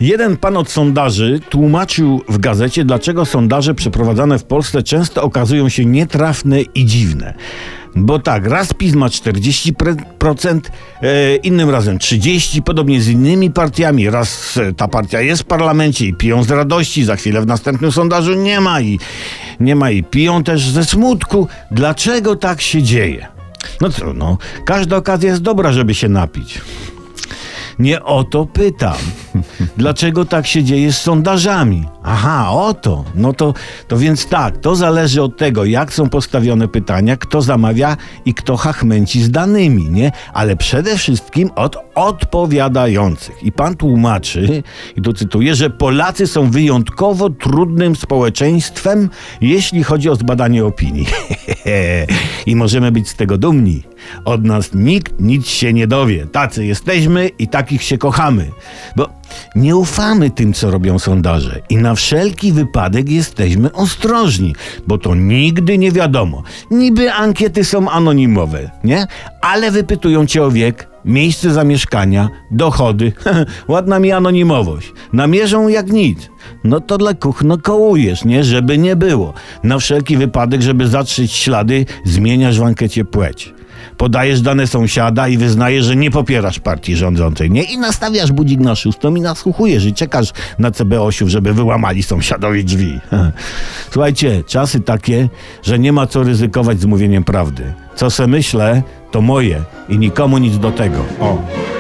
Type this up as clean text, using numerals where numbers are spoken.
Jeden pan od sondaży tłumaczył w gazecie, dlaczego sondaże przeprowadzane w Polsce często okazują się nietrafne i dziwne. Bo tak, raz PiS ma 40%, innym razem 30%, podobnie z innymi partiami. Raz ta partia jest w parlamencie i piją z radości, za chwilę w następnym sondażu nie ma i piją też ze smutku. Dlaczego tak się dzieje? No co, każda okazja jest dobra, żeby się napić. Nie o to pytam. Dlaczego tak się dzieje z sondażami? Aha, o to. To więc tak, to zależy od tego, jak są postawione pytania, kto zamawia i kto chachmęci z danymi, nie? Ale przede wszystkim od odpowiadających. I pan tłumaczy, i tu cytuję, że Polacy są wyjątkowo trudnym społeczeństwem, jeśli chodzi o zbadanie opinii. I możemy być z tego dumni. Od nas nikt nic się nie dowie. Tacy jesteśmy i takich się kochamy. Bo nie ufamy tym, co robią sondaże. I na wszelki wypadek jesteśmy ostrożni, bo to nigdy nie wiadomo. Niby ankiety są anonimowe, nie? Ale wypytują cię o wiek, miejsce zamieszkania, dochody. Ładna mi anonimowość. Namierzą jak nic. No to dla kuchno kołujesz, nie? Żeby nie było. Na wszelki wypadek, żeby zatrzeć ślady, zmieniasz w ankiecie płeć. Podajesz dane sąsiada i wyznajesz, że nie popierasz partii rządzącej, nie? I nastawiasz budzik na 6 i nasłuchujesz i czekasz na CB8, żeby wyłamali sąsiadowi drzwi. Słuchajcie, czasy takie, że nie ma co ryzykować z mówieniem prawdy. Co se myślę, to moje i nikomu nic do tego. O.